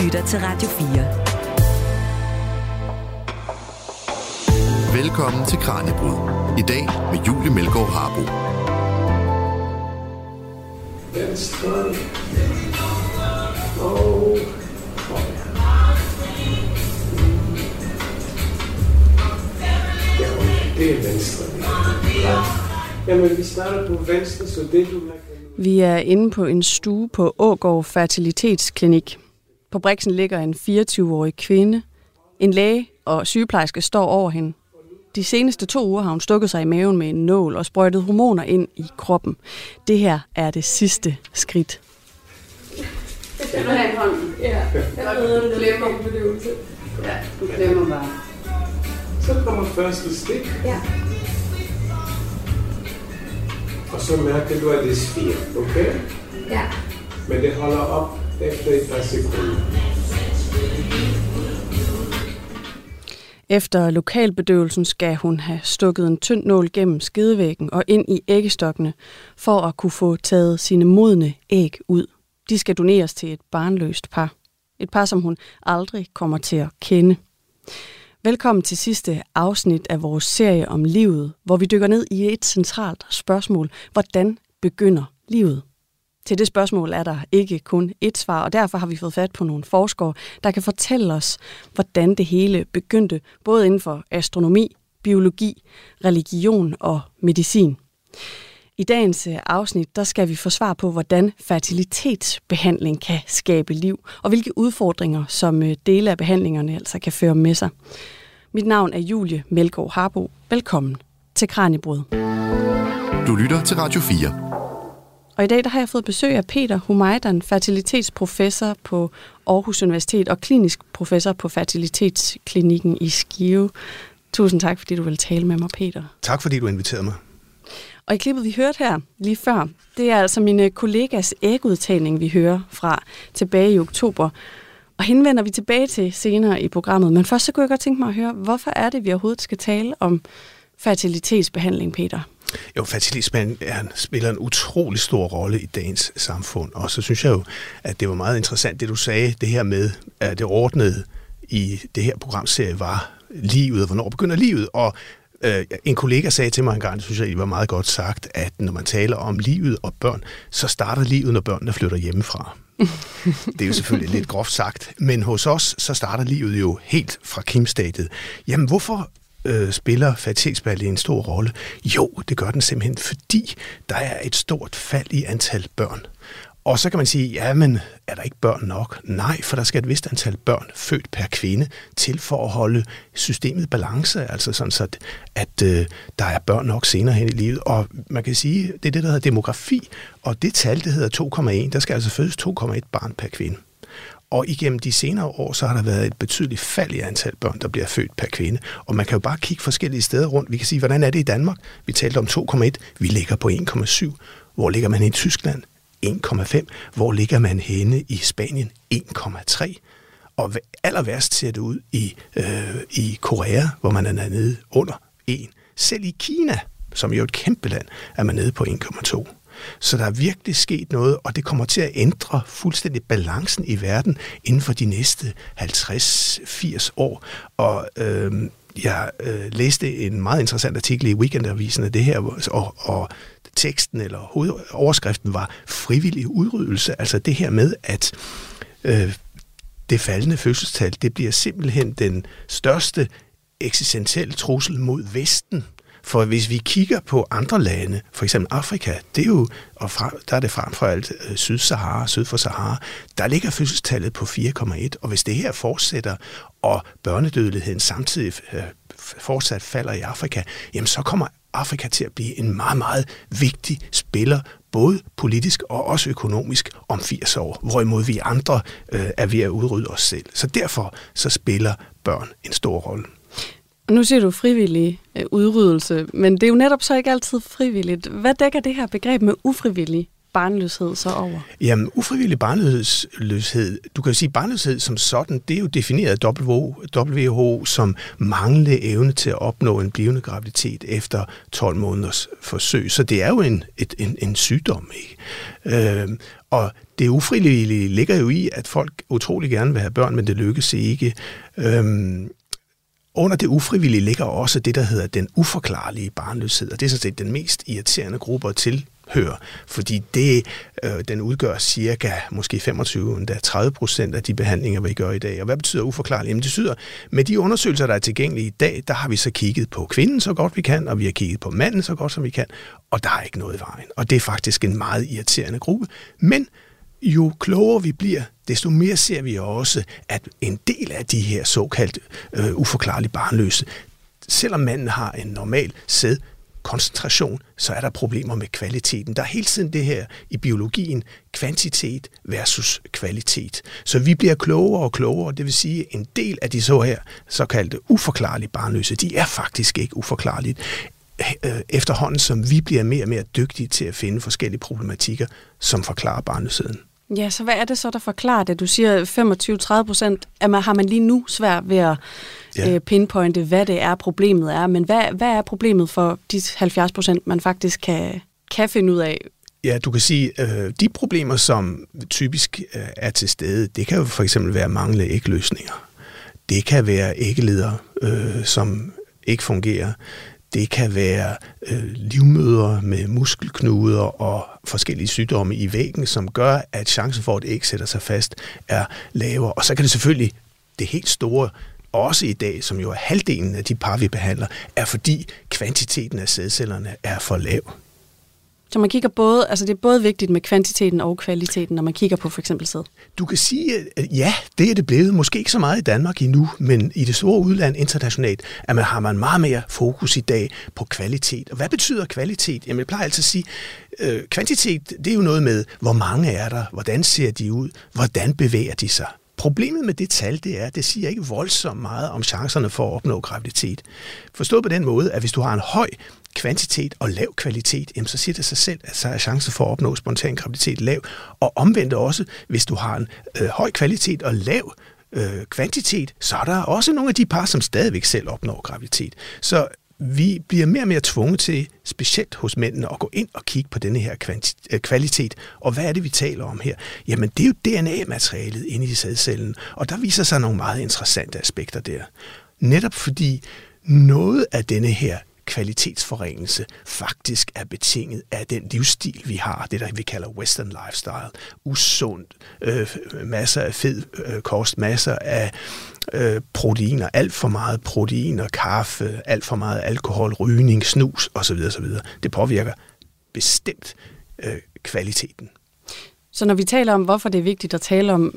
lytter til Radio 4. Velkommen til Kraniebrud. I dag med Julie Melgaard Harbo. Venstre og det er venstre. Jamen, vi starter på venstre, så det du kan... Vi er inde på en stue på Ågård Fertilitetsklinik. På briksen ligger en 24-årig kvinde. En læge og sygeplejerske står over hende. De seneste 2 uger har hun stukket sig i maven med en nål og sprøjtet hormoner ind i kroppen. Det her er det sidste skridt. Skal du have en hånd? Ja. Du glemmer bedøvelse. Ja, du glemmer bare. Så kommer første stik. Ja. Og så mærker du, at det sviger, okay? Ja. Men det holder op efter et par sekunder. Efter lokalbedøvelsen skal hun have stukket en tynd nål gennem skedevæggen og ind i æggestokkene for at kunne få taget sine modne æg ud. De skal doneres til et barnløst par. Et par, som hun aldrig kommer til at kende. Velkommen til sidste afsnit af vores serie om livet, hvor vi dykker ned i et centralt spørgsmål. Hvordan begynder livet? Til det spørgsmål er der ikke kun ét svar, og derfor har vi fået fat på nogle forskere, der kan fortælle os, hvordan det hele begyndte, både inden for astronomi, biologi, religion og medicin. I dagens afsnit, der skal vi få svar på, hvordan fertilitetsbehandling kan skabe liv, og hvilke udfordringer, som dele af behandlingerne altså kan føre med sig. Mit navn er Julie Melgaard Harbo. Velkommen til Kraniebrud. Du lytter til Radio 4. Og i dag der har jeg fået besøg af Peter Humaydan, fertilitetsprofessor på Aarhus Universitet og klinisk professor på fertilitetsklinikken i Skive. Tusind tak, fordi du vil tale med mig, Peter. Tak, fordi du inviterede mig. Og i klippet, vi hørte her lige før, det er altså mine kollegas ægudtagning, vi hører fra tilbage i oktober. Og hende vender vi tilbage til senere i programmet. Men først så kunne jeg godt tænke mig at høre, hvorfor er det, vi overhovedet skal tale om fertilitetsbehandling, Peter? Jo, fertilitetsbehandling spiller en utrolig stor rolle i dagens samfund. Og så synes jeg jo, at det var meget interessant, det du sagde, det her med, at det ordnede i det her programserie var livet, og hvornår begynder livet. Og en kollega sagde til mig en gang, det synes jeg, det var meget godt sagt, at når man taler om livet og børn, så starter livet, når børnene flytter hjemmefra. Det er jo selvfølgelig lidt groft sagt, men hos os, så starter livet jo helt fra kimstadiet. Jamen, hvorfor spiller fertilitetsbehandling en stor rolle? Jo, det gør den simpelthen, fordi der er et stort fald i antal børn. Og så kan man sige, jamen, er der ikke børn nok? Nej, for der skal et vist antal børn født per kvinde til for at holde systemet i balance, altså sådan så, at der er børn nok senere hen i livet. Og man kan sige, det er det, der hedder demografi, og det tal, det hedder 2,1, der skal altså fødes 2,1 barn per kvinde. Og igennem de senere år, så har der været et betydeligt fald i antal børn, der bliver født per kvinde. Og man kan jo bare kigge forskellige steder rundt. Vi kan sige, hvordan er det i Danmark? Vi talte om 2,1, vi ligger på 1,7. Hvor ligger man i Tyskland? 1,5. Hvor ligger man henne i Spanien? 1,3. Og aller værst ser det ud i Korea, hvor man er nede under 1. Selv i Kina, som jo er et kæmpe land, er man nede på 1,2. Så der er virkelig sket noget, og det kommer til at ændre fuldstændig balancen i verden inden for de næste 50-80 år. Og jeg læste en meget interessant artikel i Weekendavisen af det her, og teksten eller overskriften var frivillig udryddelse. Altså det her med, at det faldende fødselstal, det bliver simpelthen den største eksistentielle trussel mod Vesten. For hvis vi kigger på andre lande, for eksempel Afrika, det er jo, der er det frem for alt syd for Sahara, der ligger fødselstallet på 4,1, og hvis det her fortsætter, og børnedødeligheden samtidig fortsat falder i Afrika, jamen så kommer Afrika til at blive en meget, meget vigtig spiller, både politisk og også økonomisk om 80 år, hvorimod vi andre er ved at udrydde os selv. Så derfor så spiller børn en stor rolle. Og nu siger du frivillig udryddelse, men det er jo netop så ikke altid frivilligt. Hvad dækker det her begreb med ufrivillig barnløshed så over? Jamen, ufrivillig barnløshed, du kan jo sige, barnløshed som sådan, det er jo defineret af WHO som manglende evne til at opnå en blivende graviditet efter 12 måneders forsøg. Så det er jo en sygdom, ikke? Og det ufrivillige ligger jo i, at folk utrolig gerne vil have børn, men det lykkes ikke. Under det ufrivillige ligger også det, der hedder den uforklarlige barnløshed, og det er sådan set den mest irriterende gruppe at tilhøre, fordi den udgør cirka, måske 25-30% af de behandlinger, vi gør i dag. Og hvad betyder uforklarlig? Jamen det betyder, med de undersøgelser, der er tilgængelige i dag, der har vi så kigget på kvinden så godt vi kan, og vi har kigget på manden så godt som vi kan, og der er ikke noget i vejen. Og det er faktisk en meget irriterende gruppe, men jo klogere vi bliver, desto mere ser vi også, at en del af de her såkaldt uforklarlige barnløse, selvom manden har en normal sædkoncentration, så er der problemer med kvaliteten. Der er hele tiden det her i biologien, kvantitet versus kvalitet. Så vi bliver klogere og klogere, det vil sige, at en del af de såkaldte uforklarlige barnløse, de er faktisk ikke uforklarlige. Efterhånden, som vi bliver mere og mere dygtige til at finde forskellige problematikker, som forklarer barnløsheden. Ja, så hvad er det så, der forklarer det? Du siger 25-30%, har man lige nu svært ved at pinpointe, hvad det er, problemet er. Men hvad er problemet for de 70%, man faktisk kan finde ud af? Ja, du kan sige, de problemer, som typisk er til stede, det kan jo for eksempel være manglende ægløsninger. Det kan være æggeleder, som ikke fungerer. Det kan være livmødre med muskelknuder og forskellige sygdomme i væggen, som gør, at chancen for, at æg sætter sig fast, er lavere. Og så kan det selvfølgelig, det helt store, også i dag, som jo er halvdelen af de par, vi behandler, er fordi kvantiteten af sædcellerne er for lav. Så man kigger både, altså det er både vigtigt med kvantiteten og kvaliteten, når man kigger på for eksempel sæd? Du kan sige, at ja, det er det blevet. Måske ikke så meget i Danmark endnu, men i det store udland internationalt, har man meget mere fokus i dag på kvalitet. Og hvad betyder kvalitet? Jamen jeg plejer altid at sige, kvantitet, det er jo noget med, hvor mange er der, hvordan ser de ud, hvordan bevæger de sig. Problemet med det tal, det er, at det siger ikke voldsomt meget om chancerne for at opnå graviditet. Forstået på den måde, at hvis du har en høj kvantitet og lav kvalitet, jamen så siger det sig selv, at så er chancen for at opnå spontan graviditet lav. Og omvendt også, hvis du har en høj kvalitet og lav kvantitet, så er der også nogle af de par, som stadigvæk selv opnår graviditet. Så vi bliver mere og mere tvunget til, specielt hos mændene, at gå ind og kigge på denne her kvalitet. Og hvad er det, vi taler om her? Jamen, det er jo DNA-materialet inde i sædcellen, og der viser sig nogle meget interessante aspekter der. Netop fordi noget af denne her kvalitetsforringelse faktisk er betinget af den livsstil, vi har, det der vi kalder western lifestyle. Usund, masser af fed kost, masser af proteiner, alt for meget proteiner, kaffe, alt for meget alkohol, rygning, snus osv. osv. Det påvirker bestemt kvaliteten. Så når vi taler om, hvorfor det er vigtigt at tale om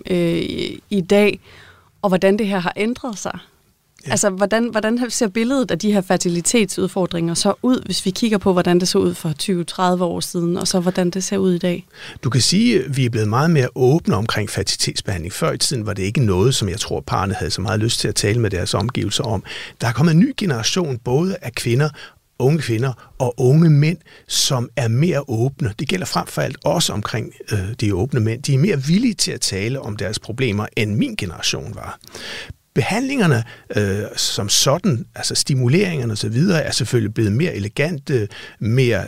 i dag, og hvordan det her har ændret sig, altså, hvordan ser billedet af de her fertilitetsudfordringer så ud, hvis vi kigger på, hvordan det så ud for 20-30 år siden, og så hvordan det ser ud i dag? Du kan sige, at vi er blevet meget mere åbne omkring fertilitetsbehandling. Før i tiden var det ikke noget, som jeg tror, parerne havde så meget lyst til at tale med deres omgivelser om. Der er kommet en ny generation, både af unge kvinder og unge mænd, som er mere åbne. Det gælder frem for alt også omkring de åbne mænd. De er mere villige til at tale om deres problemer, end min generation var. Behandlingerne som sådan, altså stimuleringerne og så videre, er selvfølgelig blevet mere elegante, mere,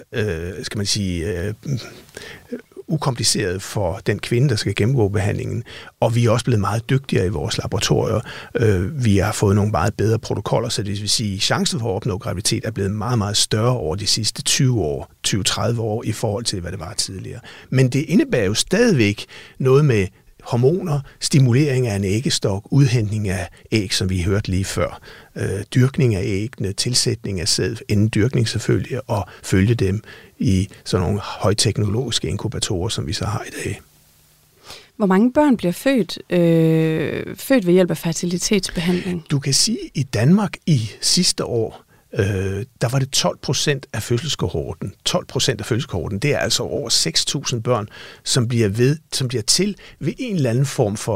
ukompliceret for den kvinde, der skal gennemgå behandlingen. Og vi er også blevet meget dygtigere i vores laboratorier. Vi har fået nogle meget bedre protokoller, så det vil sige, at chancen for at opnå graviditet er blevet meget, meget større over de sidste 20-30 år i forhold til, hvad det var tidligere. Men det indebærer jo stadigvæk noget med hormoner, stimulering af en æggestok, udhentning af æg, som vi hørte lige før, dyrkning af æggene, tilsætning af sæd, inden dyrkning selvfølgelig, og følge dem i sådan nogle højteknologiske inkubatorer, som vi så har i dag. Hvor mange børn bliver født ved hjælp af fertilitetsbehandling? Du kan sige, at i Danmark i sidste år, der var det 12% af fødselskohorten. 12% af fødselskohorten, det er altså over 6.000 børn, som bliver til ved en eller anden form for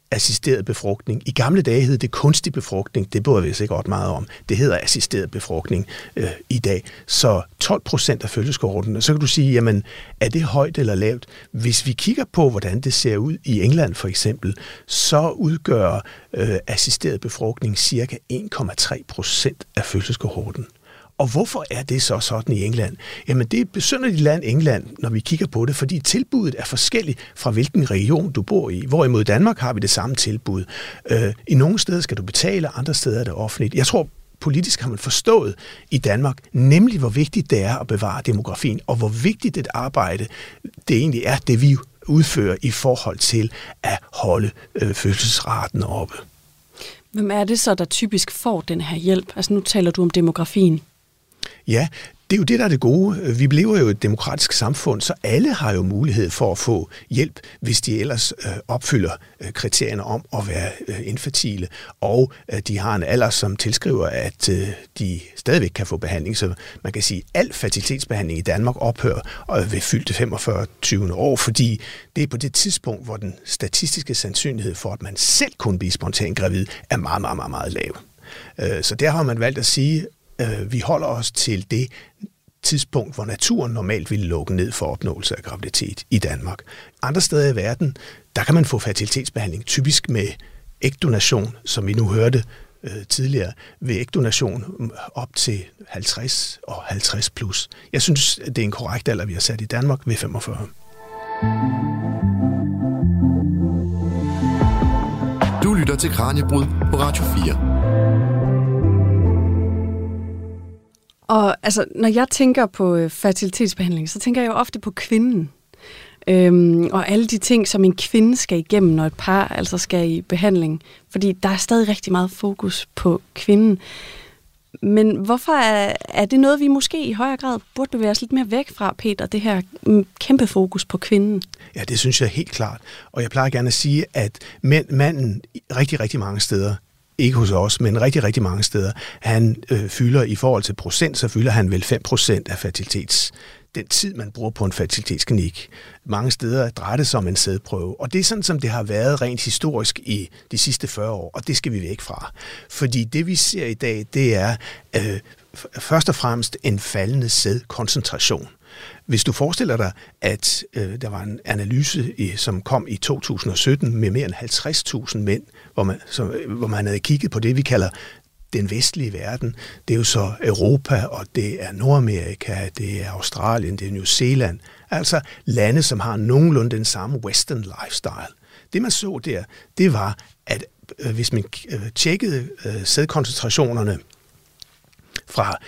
assisteret befrugtning. I gamle dage hed det kunstig befrugtning. Det burde vi sikkert godt meget om. Det hedder assisteret befrugtning i dag. Så 12% af fødselskohorten. Så kan du sige, jamen, er det højt eller lavt? Hvis vi kigger på, hvordan det ser ud i England for eksempel, så udgør assisteret befrugtning cirka 1,3% af fødselskohorten. Og hvorfor er det så sådan i England? Jamen det er et besynderligt land, England, når vi kigger på det, fordi tilbuddet er forskelligt fra hvilken region du bor i. Hvorimod i Danmark har vi det samme tilbud. I nogle steder skal du betale, andre steder er det offentligt. Jeg tror, politisk har man forstået i Danmark, nemlig hvor vigtigt det er at bevare demografien, og hvor vigtigt et arbejde det egentlig er, det vi udfører i forhold til at holde fødselsraten oppe. Hvem er det så, der typisk får den her hjælp? Altså nu taler du om demografien. Ja, det er jo det, der er det gode. Vi lever jo i et demokratisk samfund, så alle har jo mulighed for at få hjælp, hvis de ellers opfylder kriterierne om at være infertile, og de har en alder, som tilskriver, at de stadigvæk kan få behandling. Så man kan sige, at al fertilitetsbehandling i Danmark ophører ved fyldte 45. 20. år, fordi det er på det tidspunkt, hvor den statistiske sandsynlighed for, at man selv kunne blive spontant gravid, er meget, meget, meget, meget lav. Så der har man valgt at sige, vi holder os til det tidspunkt, hvor naturen normalt ville lukke ned for opnåelse af graviditet i Danmark. Andre steder i verden, der kan man få fertilitetsbehandling, typisk med ægdonation, som vi nu hørte tidligere, ved ægdonation op til 50 og 50 plus. Jeg synes, det er en korrekt alder, vi har sat i Danmark ved 45. Du lytter til Kraniebrud på Radio 4. Og altså, når jeg tænker på fertilitetsbehandling, så tænker jeg jo ofte på kvinden. Og alle de ting, som en kvinde skal igennem, når et par altså skal i behandling. Fordi der er stadig rigtig meget fokus på kvinden. Men hvorfor er det noget, vi måske i højere grad burde bevæge os lidt mere væk fra, Peter, det her kæmpe fokus på kvinden? Ja, det synes jeg helt klart. Og jeg plejer gerne at sige, at manden rigtig, rigtig mange steder, ikke hos os, men rigtig, rigtig mange steder, han fylder i forhold til procent, så fylder han vel 5% af den tid, man bruger på en fertilitetsklinik. Mange steder drejer det sig om en sædprøve, og det er sådan, som det har været rent historisk i de sidste 40 år, og det skal vi væk fra. Fordi det, vi ser i dag, det er først og fremmest en faldende sædkoncentration. Hvis du forestiller dig, at der var en analyse, som kom i 2017 med mere end 50.000 mænd, hvor man havde kigget på det, vi kalder den vestlige verden. Det er jo så Europa, og det er Nordamerika, det er Australien, det er New Zealand. Altså lande, som har nogenlunde den samme western lifestyle. Det man så der, det var, at hvis man tjekkede sædkoncentrationerne fra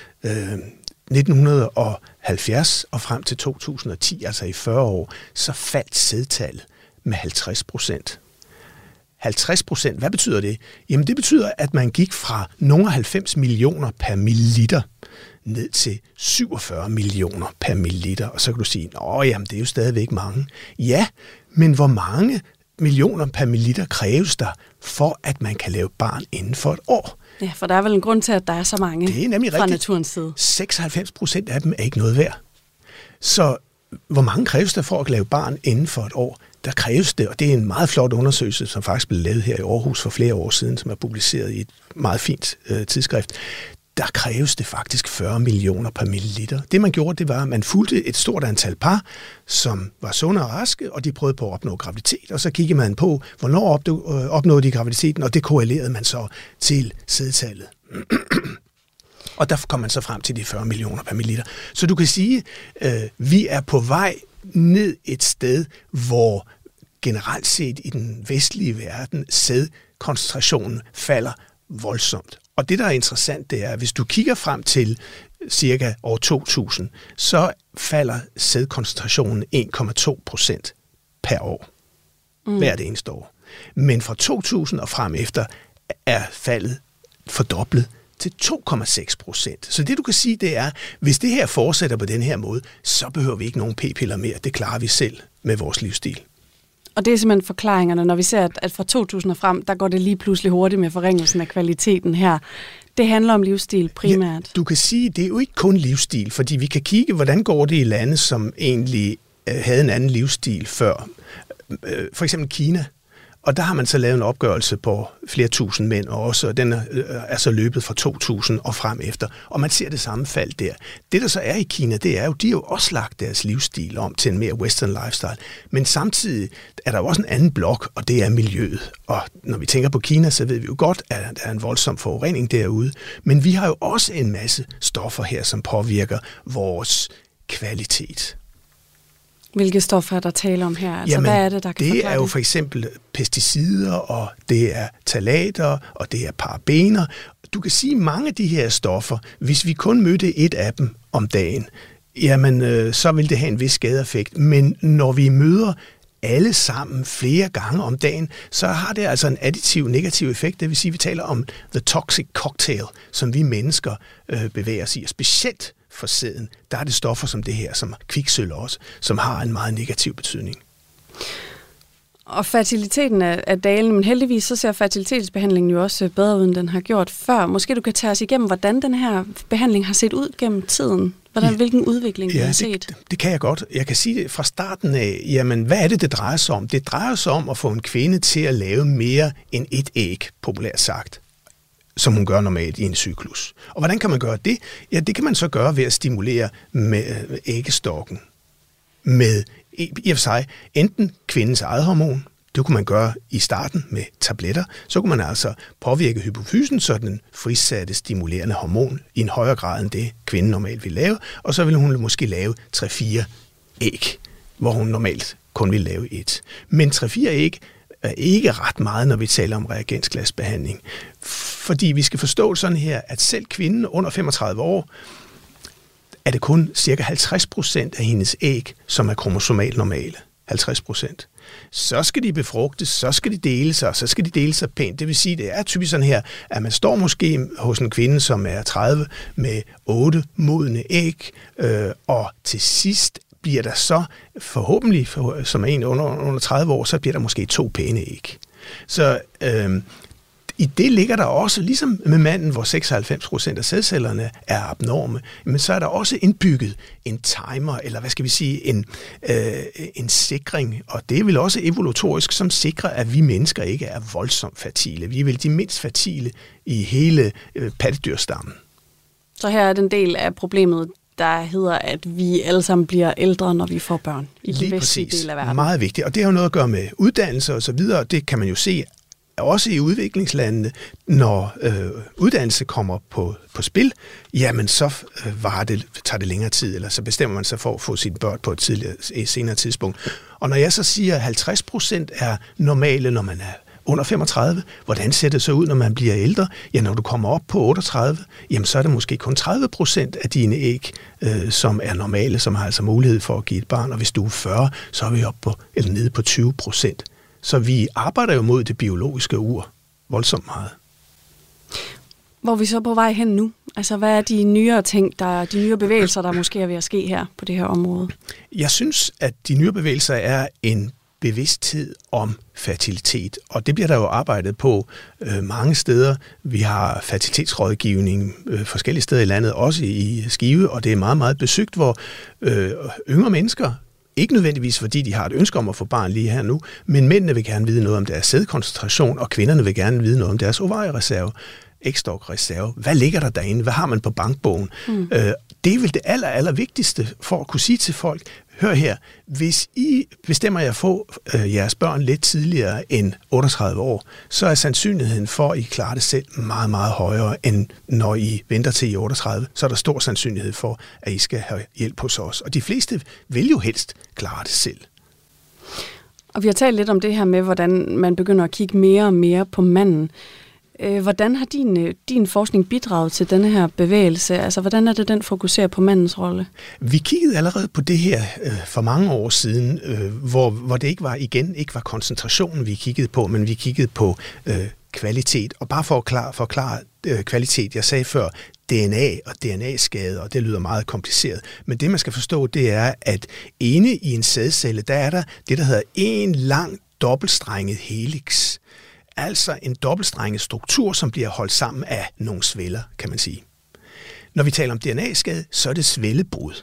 1970 og frem til 2010, altså i 40 år, så faldt sædtallet med 50%. 50%, hvad betyder det? Jamen det betyder, at man gik fra nogle 90 millioner per milliliter ned til 47 millioner per milliliter. Og så kan du sige, jamen det er jo stadigvæk mange. Ja, men hvor mange millioner per milliliter kræves der, for at man kan lave barn inden for et år? Ja, for der er vel en grund til, at der er så mange det er nemlig fra rigtigt. naturens side. 96% af dem er ikke noget værd. Så hvor mange kræves der for at lave barn inden for et år? Der kræves det, og det er en meget flot undersøgelse, som faktisk blev lavet her i Aarhus for flere år siden, som er publiceret i et meget fint tidsskrift. Der kræves det faktisk 40 millioner per milliliter. Det man gjorde, det var, at man fulgte et stort antal par, som var sunde og raske, og de prøvede på at opnå graviditet. Og så kiggede man på, hvornår opnåede de graviditeten, og det korrelerede man så til sædtallet. Og der kom man så frem til de 40 millioner per milliliter. Så du kan sige, vi er på vej ned et sted, hvor generelt set i den vestlige verden sædkoncentrationen falder voldsomt. Og det, der er interessant, det er, at hvis du kigger frem til cirka år 2000, så falder sædkoncentrationen 1,2% per år. Hvert eneste år. Men fra 2000 og frem efter er faldet fordoblet til 2,6%. Så det, du kan sige, det er, hvis det her fortsætter på den her måde, så behøver vi ikke nogen p-piller mere. Det klarer vi selv med vores livsstil. Og det er simpelthen forklaringerne, når vi ser, at fra 2000 og frem, der går det lige pludselig hurtigt med forringelsen af kvaliteten her. Det handler om livsstil primært. Ja, du kan sige, det er jo ikke kun livsstil, fordi vi kan kigge, hvordan går det i lande, som egentlig havde en anden livsstil før. For eksempel Kina. Og der har man så lavet en opgørelse på flere tusind mænd også, og den er så løbet fra 2000 og frem efter. Og man ser det samme fald der. Det, der så er i Kina, det er jo, de har jo også lagt deres livsstil om til en mere western lifestyle. Men samtidig er der jo også en anden blok, og det er miljøet. Og når vi tænker på Kina, så ved vi jo godt, at der er en voldsom forurening derude. Men vi har jo også en masse stoffer her, som påvirker vores kvalitet. Hvilke stoffer er der tale om her? Altså, hvad er det, der kan det forklare er jo for eksempel pesticider, og det er ftalater, og det er parabener. Du kan sige, mange af de her stoffer, hvis vi kun mødte et af dem om dagen, jamen så vil det have en vis skadeeffekt. Men når vi møder alle sammen flere gange om dagen, så har det altså en additiv negativ effekt. Det vil sige, at vi taler om the toxic cocktail, som vi mennesker bevæger os i. Og specielt for sæden, der er det stoffer som det her, som kviksølv også, som har en meget negativ betydning. Og fertiliteten er dalende, men heldigvis så ser fertilitetsbehandlingen jo også bedre ud, end den har gjort før. Måske du kan tage os igennem, hvordan den her behandling har set ud gennem tiden. Hvilken udvikling vi har set? Det kan jeg godt. Jeg kan sige det fra starten af. Jamen, hvad er det drejer sig om? Det drejer sig om at få en kvinde til at lave mere end et æg, populært sagt, som hun gør normalt i en cyklus. Og hvordan kan man gøre det? Ja, det kan man så gøre ved at stimulere med æggestokken. Med i og for sig enten kvindens eget hormon, det kunne man gøre i starten med tabletter, så kunne man altså påvirke hypofysen, så den frisatte stimulerende hormon i en højere grad end det, kvinden normalt vil lave, og så ville hun måske lave 3-4 æg, hvor hun normalt kun vil lave et. Men 3-4 æg er ikke ret meget, når vi taler om reagensglasbehandling. Fordi vi skal forstå sådan her, at selv kvinden under 35 år, er det kun ca. 50% af hendes æg, som er kromosomalt normale. 50%. Så skal de befrugtes, så skal de dele sig, og så skal de dele sig pænt. Det vil sige, det er typisk sådan her, at man står måske hos en kvinde, som er 30, med 8 modne æg, og til sidst bliver der så forhåbentlig, som er en under 30 år, så bliver der måske 2 pæne æg. Så i det ligger der også, ligesom med manden, hvor 96% af sædcellerne er abnorme, men så er der også indbygget en timer, eller hvad skal vi sige, en sikring, og det er vel også evolutorisk, som sikrer, at vi mennesker ikke er voldsomt fertile. Vi er vel de mindst fertile i hele pattedyrsstammen. Så her er den del af problemet, der hedder, at vi alle sammen bliver ældre, når vi får børn i den vestlige del af verden. Meget vigtigt, og det har jo noget at gøre med uddannelse og så videre, og det kan man jo se også i udviklingslandene, når uddannelse kommer på spil, jamen så tager det længere tid, eller så bestemmer man sig for at få sine børn på et senere tidspunkt. Og når jeg så siger, at 50% er normale, når man er under 35, hvordan ser det så ud, når man bliver ældre? Ja, når du kommer op på 38, jamen så er det måske kun 30% af dine æg, som er normale, som har altså mulighed for at give et barn, og hvis du er 40, så er vi oppe på, eller nede på 20%. Så vi arbejder jo mod det biologiske ur voldsomt meget. Hvor er vi så på vej hen nu? Altså, hvad er de nyere ting, de nyere bevægelser, der måske er ved at ske her på det her område? Jeg synes, at de nyere bevægelser er en bevidsthed om fertilitet, og det bliver der jo arbejdet på mange steder. Vi har fertilitetsrådgivning forskellige steder i landet, også i Skive, og det er meget, meget besøgt, hvor yngre mennesker, ikke nødvendigvis fordi de har et ønske om at få barn lige her nu, men mændene vil gerne vide noget om deres sædkoncentration, og kvinderne vil gerne vide noget om deres ovariereserve, ægstokreserve. Hvad ligger der derinde? Hvad har man på bankbogen? Det er vel det aller vigtigste for at kunne sige til folk, hør her, hvis I bestemmer jer at få jeres børn lidt tidligere end 38 år, så er sandsynligheden for, at I klarer det selv meget, meget højere, end når I venter til I 38. Så er der stor sandsynlighed for, at I skal have hjælp hos os. Og de fleste vil jo helst klare det selv. Og vi har talt lidt om det her med, hvordan man begynder at kigge mere og mere på manden. Hvordan har din forskning bidraget til denne her bevægelse? Altså, hvordan er det, den fokuserer på mandens rolle? Vi kiggede allerede på det her for mange år siden, hvor det ikke var koncentrationen, vi kiggede på, men vi kiggede på kvalitet. Og bare for at forklare kvalitet, jeg sagde før, DNA og DNA-skade, og det lyder meget kompliceret. Men det, man skal forstå, det er, at inde i en sædcelle, der er der det, der hedder en lang dobbeltstrenget helix. Altså en dobbeltstrenget struktur, som bliver holdt sammen af nogle sveller, kan man sige. Når vi taler om DNA-skade, så er det svellebrud.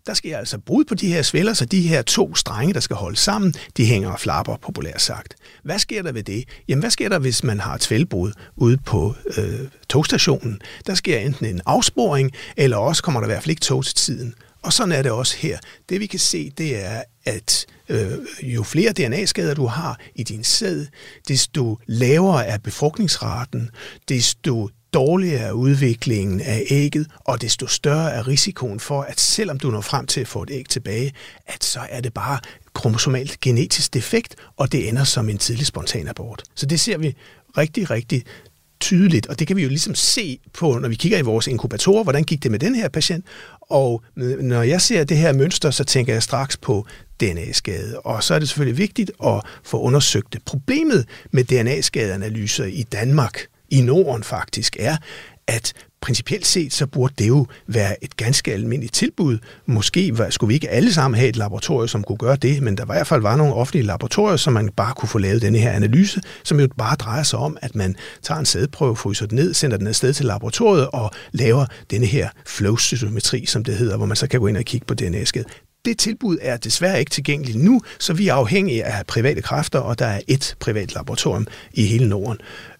Der sker altså brud på de her sveller, så de her 2 strenge, der skal holde sammen, de hænger og flapper, populært sagt. Hvad sker der ved det? Jamen, hvad sker der, hvis man har et tvælbrud ude på togstationen? Der sker enten en afsporing, eller også kommer der i hvert fald ikke tog til tiden. Og sådan er det også her. Det vi kan se, det er, at jo flere DNA-skader du har i din sæd, desto lavere er befrugtningsraten, desto dårligere er udviklingen af ægget, og desto større er risikoen for, at selvom du når frem til at få et æg tilbage, at så er det bare kromosomalt genetisk defekt, og det ender som en tidlig spontanabort. Så det ser vi rigtig, rigtig tydeligt, og det kan vi jo ligesom se på, når vi kigger i vores inkubatorer, hvordan gik det med den her patient, og når jeg ser det her mønster, så tænker jeg straks på DNA-skade, og så er det selvfølgelig vigtigt at få undersøgt det. Problemet med DNA-skadeanalyser i Danmark, i Norden faktisk, er, at principielt set, så burde det jo være et ganske almindeligt tilbud. Måske skulle vi ikke alle sammen have et laboratorium, som kunne gøre det, men der var i hvert fald nogle offentlige laboratorier, som man bare kunne få lavet denne her analyse, som jo bare drejer sig om, at man tager en sædprøve, fryser den ned, sender den afsted til laboratoriet og laver denne her flow-cytometri, som det hedder, hvor man så kan gå ind og kigge på DNA-skade. Det tilbud er desværre ikke tilgængeligt nu, så vi er afhængige af private kræfter, og der er et privat laboratorium i hele Norden.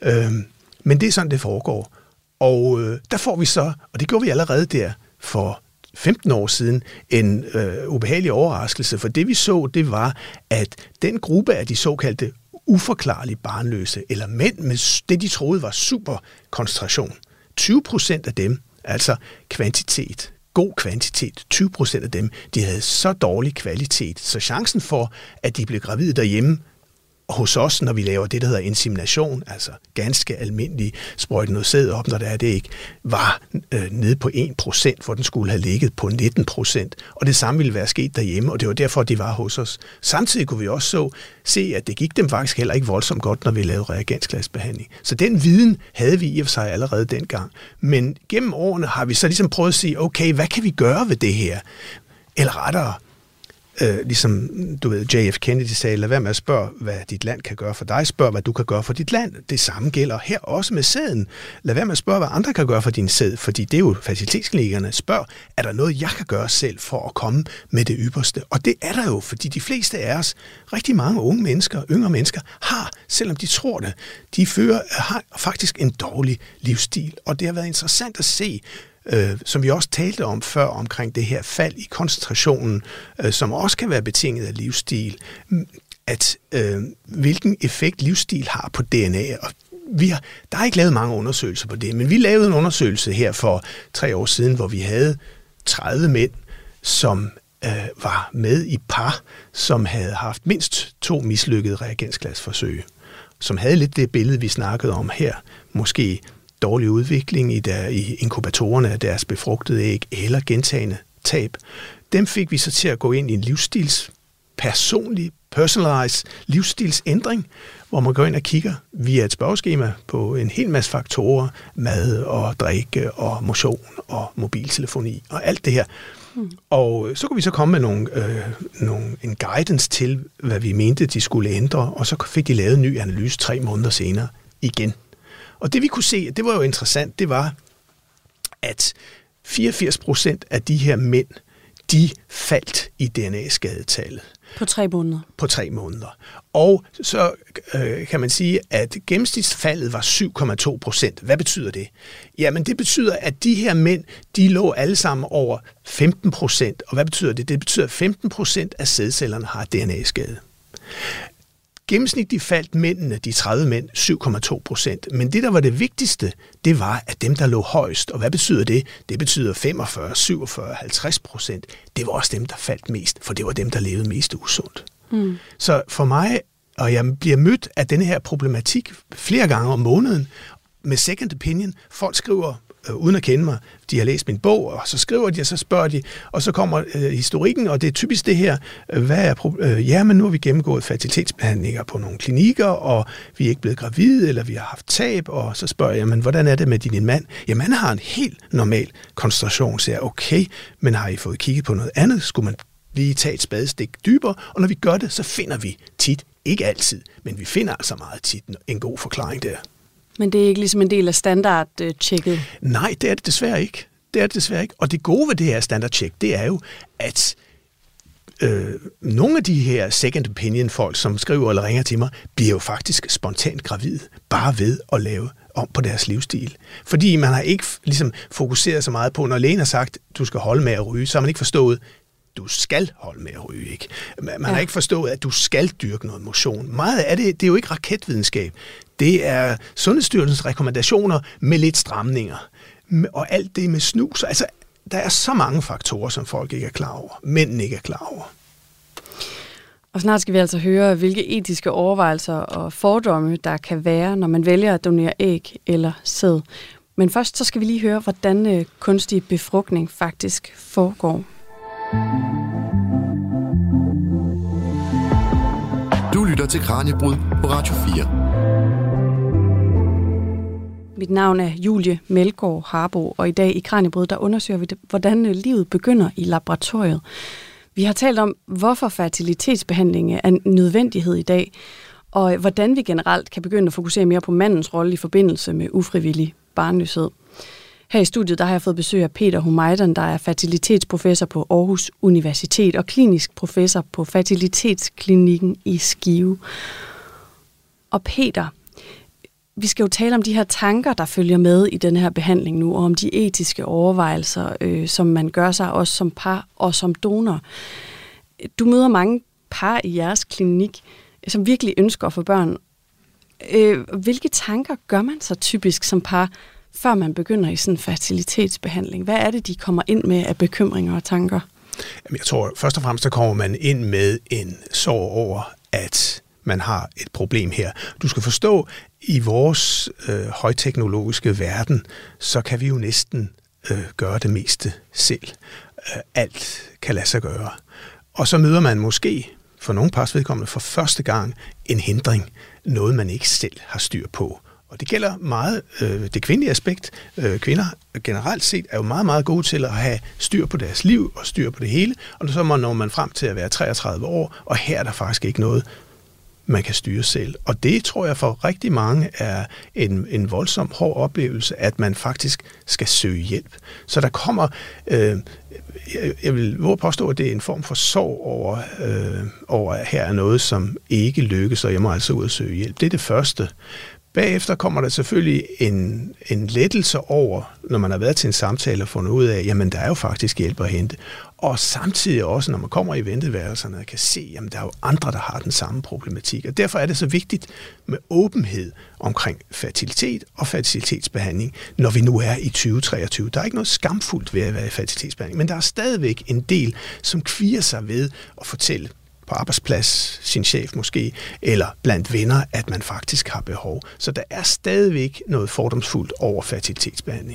Men det er sådan, det foregår. Og der får vi så, og det gjorde vi allerede der for 15 år siden, en ubehagelig overraskelse, for det vi så, det var, at den gruppe af de såkaldte uforklarlige barnløse, eller mænd med det, de troede var superkoncentration, 20% af dem, altså kvantitet, god kvantitet, 20% af dem, de havde så dårlig kvalitet, så chancen for, at de blev gravide derhjemme, hos os, når vi laver det, der hedder insemination, altså ganske almindelig sprøjte noget sæd op, når der er det ikke, var nede på 1%, hvor den skulle have ligget på 19%. Og det samme ville være sket derhjemme, og det var derfor, de var hos os. Samtidig kunne vi også se, at det gik dem faktisk heller ikke voldsomt godt, når vi lavede reagensglasbehandling. Så den viden havde vi i og for sig allerede dengang. Men gennem årene har vi så ligesom prøvet at sige, okay, hvad kan vi gøre ved det her? Eller rettere, ligesom du ved, JF Kennedy sagde, lad være med at spørge, hvad dit land kan gøre for dig, spørg, hvad du kan gøre for dit land. Det samme gælder her også med sæden. Lad være med at spørge, hvad andre kan gøre for din sæd, fordi det er jo fertilitetsklinikkerne. Spørg, er der noget, jeg kan gøre selv for at komme med det ypperste? Og det er der jo, fordi de fleste af os, rigtig mange unge mennesker, yngre mennesker, har, selvom de tror det, har faktisk en dårlig livsstil. Og det har været interessant at se, som vi også talte om før, omkring det her fald i koncentrationen, som også kan være betinget af livsstil, at hvilken effekt livsstil har på DNA. Og der er ikke lavet mange undersøgelser på det, men vi lavede en undersøgelse her for 3 år siden, hvor vi havde 30 mænd, som var med i par, som havde haft mindst 2 mislykkede reagensglasforsøg, som havde lidt det billede, vi snakkede om her, måske dårlig udvikling i inkubatorerne af deres befrugtede æg eller gentagende tab. Dem fik vi så til at gå ind i en personalized livsstilsændring, hvor man går ind og kigger via et spørgeskema på en hel masse faktorer, mad og drikke og motion og mobiltelefoni og alt det her. Og så kunne vi så komme med en guidance til, hvad vi mente, de skulle ændre, og så fik de lavet en ny analyse 3 måneder senere igen. Og det vi kunne se, det var jo interessant, det var, at 84% af de her mænd, de faldt i DNA-skadetallet. På 3 måneder? På 3 måneder. Og så kan man sige, at gennemsnitsfaldet var 7,2%. Hvad betyder det? Jamen det betyder, at de her mænd, de lå alle sammen over 15%. Og hvad betyder det? Det betyder, at 15% af sædcellerne har DNA-skade. Gennemsnitligt faldt mændene, de 30 mænd, 7,2%. Men det, der var det vigtigste, det var, at dem, der lå højst, og hvad betyder det? Det betyder 45, 47, 50%. Det var også dem, der faldt mest, for det var dem, der levede mest usundt. Så for mig, og jeg bliver mødt af denne her problematik flere gange om måneden, med second opinion, folk skriver, uden at kende mig, de har læst min bog, og så skriver de, og så spørger de, og så kommer historikken, og det er typisk det her, men nu har vi gennemgået fertilitetsbehandlinger på nogle klinikker, og vi er ikke blevet gravide, eller vi har haft tab, og så spørger jeg, men hvordan er det med din mand? Jamen, han har en helt normal koncentration, så jeg, okay, men har I fået kigget på noget andet? Skulle man lige tage et spadestik dybere? Og når vi gør det, så finder vi tit, ikke altid, men vi finder altså meget tit en god forklaring der. Men det er ikke ligesom en del af standardtjekket? Nej, det er det desværre ikke. det er det desværre ikke. Og det gode ved det her standardcheck, det er jo, at nogle af de her second opinion folk, som skriver eller ringer til mig, bliver jo faktisk spontant gravide, bare ved at lave om på deres livsstil. Fordi man har ikke ligesom fokuseret så meget på, når lægen har sagt, du skal holde med at ryge, så har man ikke forstået, du skal holde med at ryge, ikke? Man har ikke forstået, at du skal dyrke noget motion. Meget af det er jo ikke raketvidenskab. Det er Sundhedsstyrelsens rekommendationer med lidt stramninger. Og alt det med snus. Altså, der er så mange faktorer, som folk ikke er klar over. Mænd ikke er klar over. Og snart skal vi altså høre, hvilke etiske overvejelser og fordomme, der kan være, når man vælger at donere æg eller sæd. Men først så skal vi lige høre, hvordan kunstig befrugtning faktisk foregår. Du lytter til Kraniebrud på Radio 4. Mit navn er Julie Melgaard Harbo, og i dag i Kraniebrud, der undersøger vi, hvordan livet begynder i laboratoriet. Vi har talt om, hvorfor fertilitetsbehandling er en nødvendighed i dag, og hvordan vi generelt kan begynde at fokusere mere på mandens rolle i forbindelse med ufrivillig barnløshed. Her i studiet der har jeg fået besøg af Peter Humaydan, der er fertilitetsprofessor på Aarhus Universitet og klinisk professor på fertilitetsklinikken i Skive. Og Peter, vi skal jo tale om de her tanker, der følger med i den her behandling nu, og om de etiske overvejelser, som man gør sig også som par og som donor. Du møder mange par i jeres klinik, som virkelig ønsker at få børn. Hvilke tanker gør man så typisk som par, før man begynder i sådan en fertilitetsbehandling? Hvad er det, de kommer ind med af bekymringer og tanker? Jamen, jeg tror, først og fremmest, der kommer man ind med en sorg over, at man har et problem her. Du skal forstå, i vores højteknologiske verden, så kan vi jo næsten gøre det meste selv. Alt kan lade sig gøre. Og så møder man måske, for nogle pars vedkommende, for første gang en hindring, noget man ikke selv har styr på. Og det gælder meget det kvindelige aspekt. Kvinder generelt set er jo meget, meget gode til at have styr på deres liv og styr på det hele. Og så når man frem til at være 33 år, og her er der faktisk ikke noget, man kan styre selv. Og det tror jeg for rigtig mange er en voldsom hård oplevelse, at man faktisk skal søge hjælp. Så der kommer, jeg vil våge påstå, at det er en form for sorg over at her er noget, som ikke lykkes, og jeg må altså ud og søge hjælp. Det er det første. Bagefter kommer der selvfølgelig en lettelse over, når man har været til en samtale og fundet ud af, jamen der er jo faktisk hjælp at hente. Og samtidig også, når man kommer i venteværelserne og kan se, jamen der er jo andre, der har den samme problematik. Og derfor er det så vigtigt med åbenhed omkring fertilitet og fertilitetsbehandling, når vi nu er i 2023. Der er ikke noget skamfuldt ved at være i fertilitetsbehandling, men der er stadigvæk en del, som kvier sig ved at fortælle på arbejdsplads, sin chef måske, eller blandt venner, at man faktisk har behov. Så der er stadigvæk noget fordomsfuldt over fertilitetsbehandling.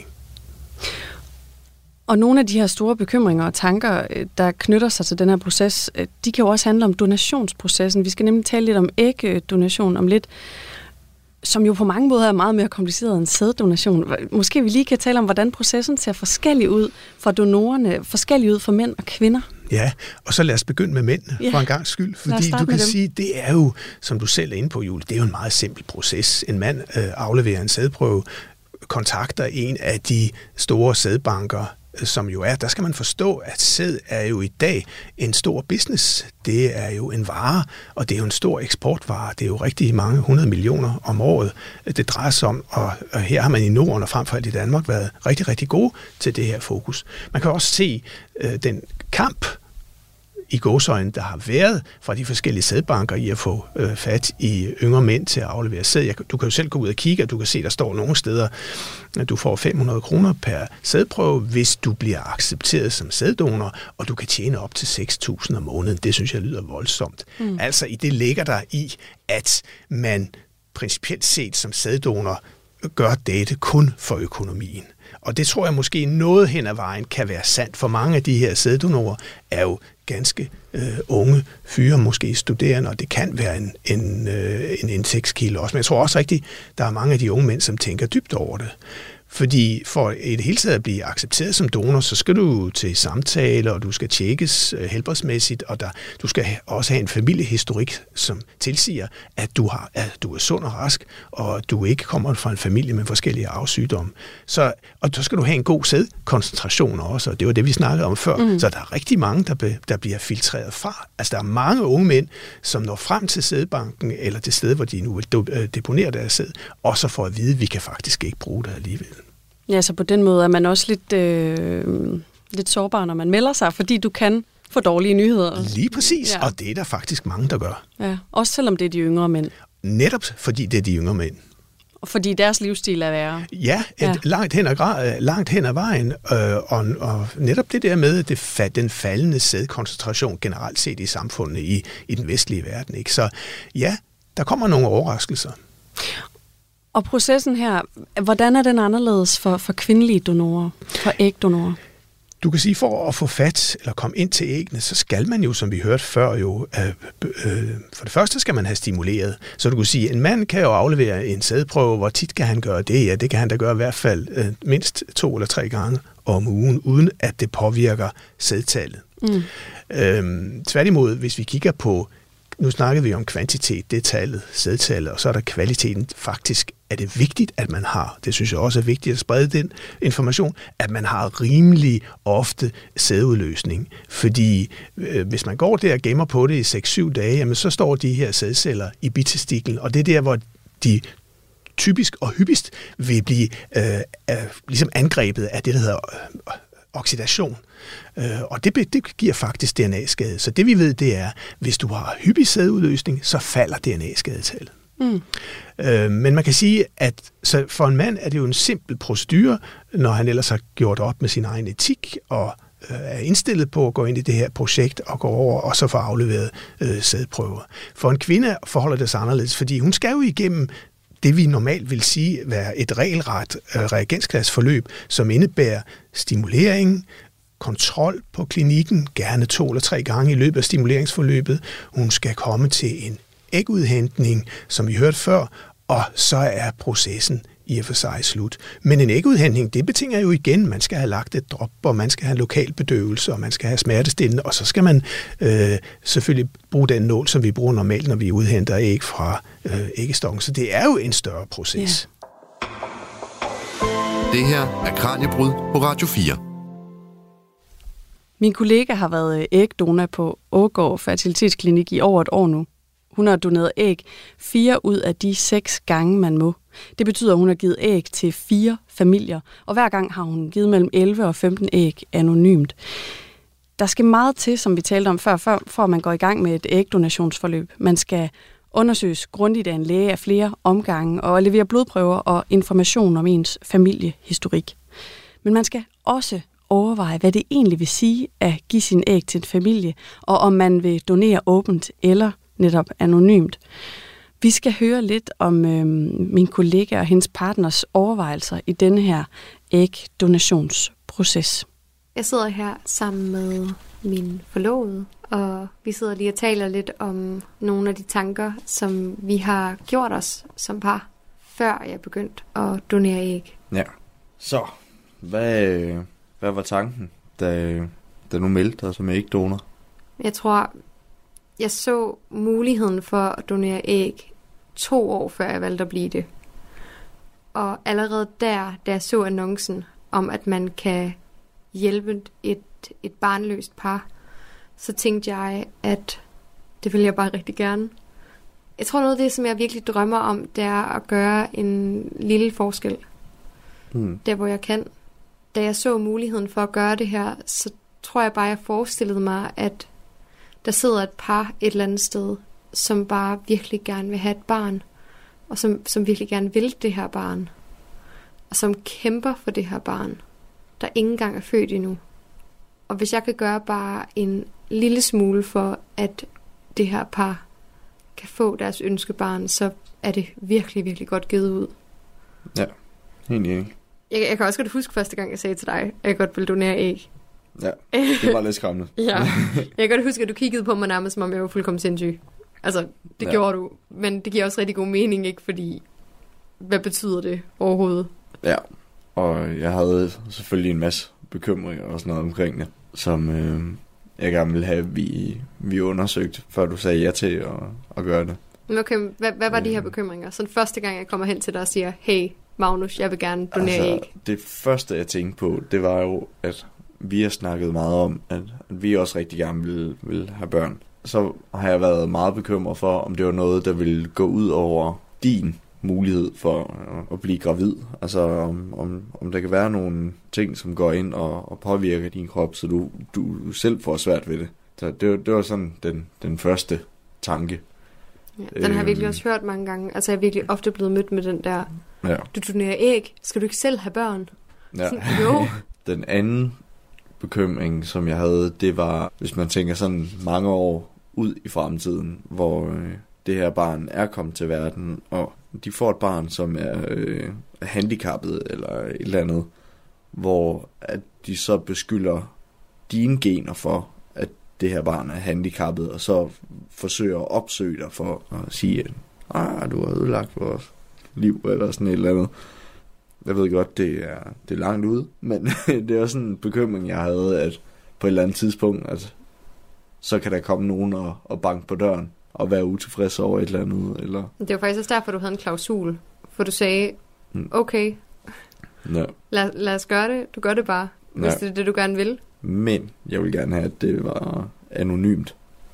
Og nogle af de her store bekymringer og tanker, der knytter sig til den her proces, de kan jo også handle om donationsprocessen. Vi skal nemlig tale lidt om ægdonation om lidt, som jo på mange måder er meget mere kompliceret end sæddonation. Måske vi lige kan tale om, hvordan processen ser forskellig ud for donorerne, forskellig ud for mænd og kvinder. Ja, og så lad os begynde med mændene for en gangs skyld, fordi du kan sige, det er jo, som du selv er inde på, Julie, det er jo en meget simpel proces. En mand afleverer en sædprøve, kontakter en af de store sædbanker, som jo er, der skal man forstå, at sæd er jo i dag en stor business. Det er jo en vare, og det er jo en stor eksportvare. Det er jo rigtig mange 100 millioner om året, det drejer sig om, og her har man i Norden og frem for alt i Danmark været rigtig, rigtig gode til det her fokus. Man kan også se den kamp i gåseøjne, der har været fra de forskellige sædbanker i at få fat i yngre mænd til at aflevere sæd. Du kan jo selv gå ud og kigge, og du kan se, der står nogle steder, at du får 500 kroner per sædprøve, hvis du bliver accepteret som sæddonor, og du kan tjene op til 6.000 om måneden. Det synes jeg lyder voldsomt. Altså i det ligger der i, at man principielt set som sæddonor gør dette kun for økonomien. Og det tror jeg måske noget hen ad vejen kan være sandt, for mange af de her sæddonorer er jo ganske unge fyre, måske studerende, og det kan være en indtægtskilde også. Men jeg tror også rigtigt, der er mange af de unge mænd, som tænker dybt over det. Fordi for i det hele taget at blive accepteret som donor, så skal du til samtale, og du skal tjekkes helbredsmæssigt, og du skal også have en familiehistorik, som tilsiger, at du er sund og rask, og du ikke kommer fra en familie med forskellige arvesygdomme. Og så skal du have en god sædkoncentration også, og det var det, vi snakkede om før. Så der er rigtig mange, der bliver filtreret fra. Altså, der er mange unge mænd, som når frem til sædbanken, eller det sted, hvor de nu vil deponere deres sæd, og så får at vide, at vi kan faktisk ikke bruge det alligevel. Ja, så på den måde er man også lidt sårbar, når man melder sig, fordi du kan få dårlige nyheder. Lige præcis, ja. Og det er der faktisk mange, der gør. Ja, også selvom det er de yngre mænd. Netop fordi det er de yngre mænd. Og fordi deres livsstil er værre. Ja, langt hen ad vejen, og netop det der med den faldende sædkoncentration generelt set i samfundet i den vestlige verden. Ikke? Så ja, der kommer nogle overraskelser. Og processen her, hvordan er den anderledes for kvindelige donorer, for ægdonorer? Du kan sige, for at få fat eller komme ind til æggene, så skal man jo, som vi hørte før, for det første skal man have stimuleret. Så du kan sige, en mand kan jo aflevere en sædprøve, hvor tit kan han gøre det? Ja, det kan han da gøre i hvert fald mindst 2 eller 3 gange om ugen, uden at det påvirker sædtallet. Tværtimod, hvis vi kigger på, nu snakkede vi om kvantitet, det er tallet, sædtallet, og så er der kvaliteten. Faktisk er det vigtigt, at man har, det synes jeg også er vigtigt at sprede den information, at man har rimelig ofte sædudløsning. Fordi hvis man går der og gemmer på det i 6-7 dage, jamen, så står de her sædceller i bitestiklen, og det er der, hvor de typisk og hyppigst vil blive ligesom angrebet af det, der hedder oxidation. Og det giver faktisk DNA-skade. Så det vi ved, det er, hvis du har hyppig sædudløsning, så falder DNA-skadetallet. Men man kan sige, at så for en mand er det jo en simpel procedure, når han ellers har gjort op med sin egen etik og er indstillet på at gå ind i det her projekt og gå over og så få afleveret sædprøver. For en kvinde forholder det sig anderledes, fordi hun skal jo igennem det, vi normalt vil sige, være et regelret reagensklassforløb, som indebærer stimulering, kontrol på klinikken, gerne 2 eller 3 gange i løbet af stimuleringsforløbet. Hun skal komme til en ægudhentning, som vi hørte før, og så er processen i og for sig slut. Men en ægudhentning, det betinger jo igen, man skal have lagt et drop, og man skal have lokal bedøvelse, og man skal have smertestillende, og så skal man selvfølgelig bruge den nål, som vi bruger normalt, når vi udhenter æg fra æggestokken. Så det er jo en større proces. Ja. Det her er Kraniebrud på Radio 4. Min kollega har været ægdonor på Ågård Fertilitetsklinik i over et år nu. Hun har doneret æg 4 ud af de 6 gange, man må. Det betyder, at hun har givet æg til 4 familier, og hver gang har hun givet mellem 11 og 15 æg anonymt. Der skal meget til, som vi talte om før, for at man går i gang med et ægdonationsforløb. Man skal undersøges grundigt af en læge af flere omgange og levere blodprøver og information om ens familiehistorik. Men man skal også overveje, hvad det egentlig vil sige at give sin æg til en familie, og om man vil donere åbent eller netop anonymt. Vi skal høre lidt om min kollega og hendes partners overvejelser i denne her ægdonationsproces. Jeg sidder her sammen med min forlovede, og vi sidder lige og taler lidt om nogle af de tanker, som vi har gjort os som par, før jeg begyndte at donere æg. Ja, så hvad var tanken, da du meldte dig som ægdonor? Jeg tror, jeg så muligheden for at donere æg 2 år før jeg valgte at blive det. Og allerede da jeg så annoncen om, at man kan hjælpe et barnløst par, så tænkte jeg, at det vil jeg bare rigtig gerne. Jeg tror noget af det, som jeg virkelig drømmer om, det er at gøre en lille forskel. Der hvor jeg kan. Da jeg så muligheden for at gøre det her, så tror jeg bare, jeg forestillede mig, at der sidder et par et eller andet sted, som bare virkelig gerne vil have et barn, og som virkelig gerne vil det her barn, og som kæmper for det her barn, der ikke engang er født endnu. Og hvis jeg kan gøre bare en lille smule for, at det her par kan få deres ønskebarn, så er det virkelig, virkelig godt givet ud. Ja, helt enig. Jeg kan også godt huske første gang, jeg sagde til dig, at jeg godt ville donere æg. Ja, det var lidt skræmmende. Ja, jeg kan godt huske, at du kiggede på mig nærmest, som om jeg var fuldkommen sindssyg. Altså, det gjorde du. Men det giver også rigtig god mening, ikke? Fordi, hvad betyder det overhovedet? Ja. Og jeg havde selvfølgelig en masse bekymringer og sådan noget omkring det, som jeg gerne ville have, vi undersøgte, før du sagde ja til at gøre det. Okay, hvad var de her bekymringer? Så første gang, jeg kommer hen til dig og siger, hey Magnus, jeg vil gerne donere æg. Det første, jeg tænkte på, det var jo, at vi har snakket meget om, at vi også rigtig gerne vil have børn. Så har jeg været meget bekymret for, om det var noget, der ville gå ud over din mulighed for at blive gravid. Altså om der kan være nogle ting, som går ind og påvirker din krop, så du selv får svært ved det. Så det var sådan den første tanke. Ja, den har jeg virkelig også hørt mange gange. Altså jeg er virkelig ofte blevet mødt med den der, du donerer æg, skal du ikke selv have børn? Ja. Sådan, jo. Den anden bekymring, som jeg havde, det var, hvis man tænker sådan mange år ud i fremtiden, hvor det her barn er kommet til verden, og de får et barn, som er handicappet eller et eller andet, hvor at de så beskylder dine gener for, at det her barn er handicappet, og så forsøger at opsøge dig for at sige, at du har ødelagt vores liv, eller sådan et eller andet. Jeg ved godt, det er langt ude, men det er også en bekymring, jeg havde, at på et eller andet tidspunkt, at så kan der komme nogen og banke på døren, og være utilfreds over et eller andet. Eller... Det var faktisk også derfor, du havde en klausul, for du sagde, okay, lad os gøre det, du gør det bare, hvis det er det, du gerne vil. Men jeg vil gerne have, at det var anonymt.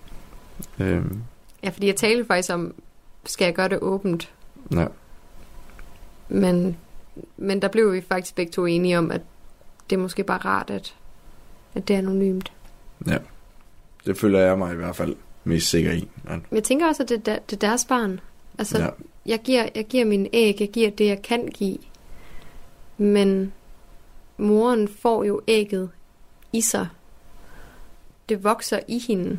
Ja, fordi jeg talte faktisk om, skal jeg gøre det åbent? Ja. Men der blev vi faktisk begge to enige om, at det er måske bare rart, at det er anonymt. Ja, det føler jeg mig i hvert fald mest sikker i. Men jeg tænker også, at det er deres barn. Altså, jeg giver mine æg, jeg giver det, jeg kan give. Men moren får jo ægget i sig. Det vokser i hende.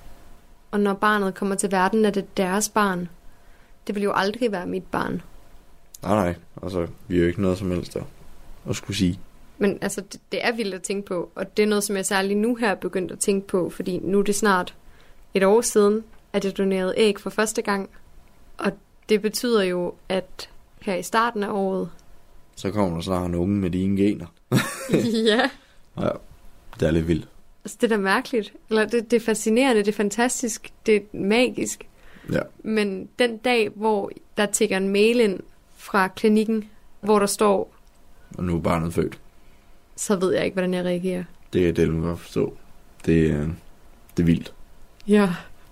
Og når barnet kommer til verden, er det deres barn. Det vil jo aldrig være mit barn. Nej, altså, vi er jo ikke noget som helst der at skulle sige. Men altså, det er vildt at tænke på, og det er noget, som jeg særligt nu her er begyndt at tænke på, fordi nu er det snart et år siden, at jeg donerede æg for første gang. Og det betyder jo, at her i starten af året... Så kommer der snart en unge med dine gener. Ja. Ja, det er lidt vildt. Altså, det er da mærkeligt. Eller det er fascinerende, det er fantastisk, det er magisk. Ja. Men den dag, hvor der tikker en mail ind fra klinikken, hvor der står... Og nu er barnet født. Så ved jeg ikke, hvordan jeg reagerer. Det er det, du kan forstå. Det er vildt. Ja,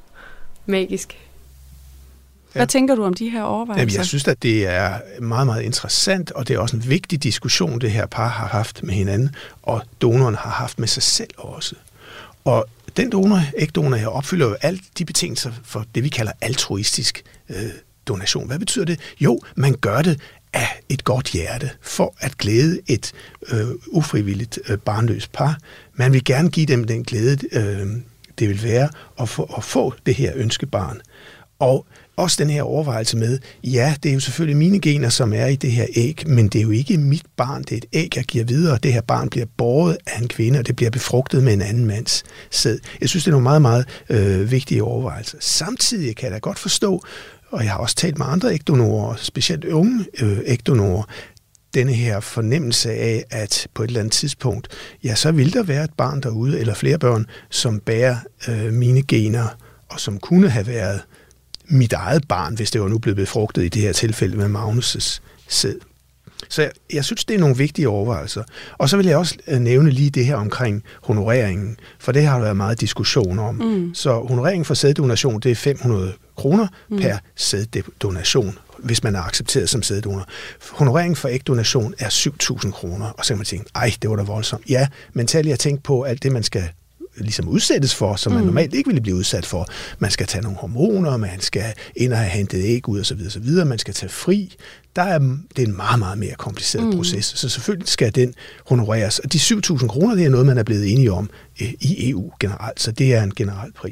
magisk. Hvad tænker du om de her overvejelser? Jamen, jeg synes, at det er meget, meget interessant, og det er også en vigtig diskussion, det her par har haft med hinanden, og donoren har haft med sig selv også. Og den ægdonor her opfylder jo alle de betingelser for det, vi kalder altruistisk donation. Hvad betyder det? Jo, man gør det af et godt hjerte for at glæde et ufrivilligt barnløst par. Man vil gerne give dem den glæde, det vil være at få det her ønskebarn. Og også den her overvejelse med, ja, det er jo selvfølgelig mine gener, som er i det her æg, men det er jo ikke mit barn, det er et æg, jeg giver videre, og det her barn bliver båret af en kvinde, og det bliver befrugtet med en anden mands sæd. Jeg synes, det er nogle meget, meget vigtige overvejelser. Samtidig kan jeg da godt forstå, og jeg har også talt med andre ægdonorer, specielt unge ægdonorer, denne her fornemmelse af, at på et eller andet tidspunkt, ja, så vil der være et barn derude, eller flere børn, som bærer mine gener, og som kunne have været mit eget barn, hvis det var nu blevet befrugtet i det her tilfælde med Magnus' sæd. Så jeg synes, det er nogle vigtige overvejelser. Og så vil jeg også nævne lige det her omkring honoreringen, for det har der været meget diskussion om. Så honoreringen for sæddonation, det er 500 kroner per sæddonation, hvis man er accepteret som sæddonor. Honoreringen for ægdonation er 7.000 kroner, og så kan man tænke, ej, det var da voldsomt. Ja, men tag lige at tænke på alt det, man skal ligesom udsættes for, som man normalt ikke ville blive udsat for. Man skal tage nogle hormoner, man skal ind og have hentet æg ud, osv., man skal tage fri. Det er en meget, meget mere kompliceret proces, så selvfølgelig skal den honoreres. Og de 7.000 kroner, det er noget, man er blevet enige om i EU generelt, så det er en generel pris.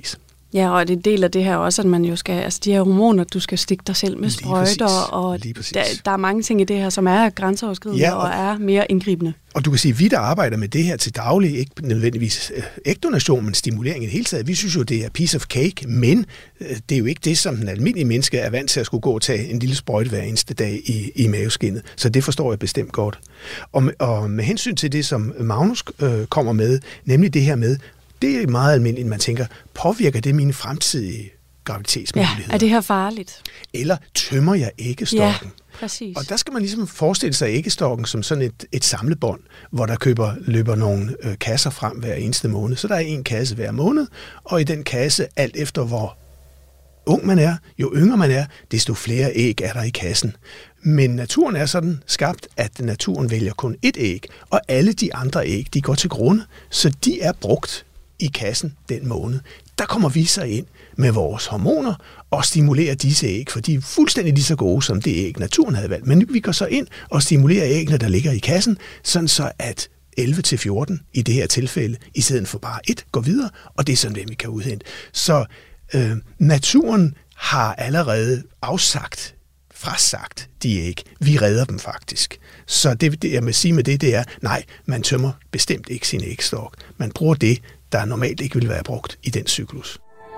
Ja, og det er en del af det her også, at man jo skal, altså de her hormoner, du skal stikke dig selv med sprøjter, og der er mange ting i det her, som er grænseoverskridende og er mere indgribende. Og du kan sige, at vi, der arbejder med det her til daglig, ikke nødvendigvis ægdonation, men stimulering i det hele taget, vi synes jo, det er piece of cake, men det er jo ikke det, som den almindelige menneske er vant til at skulle gå og tage en lille sprøjte hver eneste dag i maveskindet. Så det forstår jeg bestemt godt. Og med hensyn til det, som Magnus kommer med, nemlig det her med, det er meget almindeligt, man tænker, påvirker det mine fremtidige graviditetsmuligheder? Ja, er det her farligt? Eller tømmer jeg æggestokken? Ja, præcis. Og der skal man ligesom forestille sig æggestokken som sådan et samlebånd, hvor der løber nogle kasser frem hver eneste måned. Så der er en kasse hver måned, og i den kasse, alt efter hvor ung man er, jo yngre man er, desto flere æg er der i kassen. Men naturen er sådan skabt, at naturen vælger kun ét æg, og alle de andre æg, de går til grunde, så de er brugt i kassen den måned. Der kommer vi så ind med vores hormoner og stimulerer disse æg, for de er fuldstændig lige så gode som det æg, naturen havde valgt. Men vi går så ind og stimulerer æggene, der ligger i kassen, sådan så at 11-14 i det her tilfælde, i stedet for bare 1, går videre, og det er sådan, det vi kan udhente. Så naturen har allerede frasagt de æg. Vi redder dem faktisk. Så det jeg vil sige med det er, nej, man tømmer bestemt ikke sin ægstok. Man bruger det, der normalt ikke vil være brugt i den cyklus.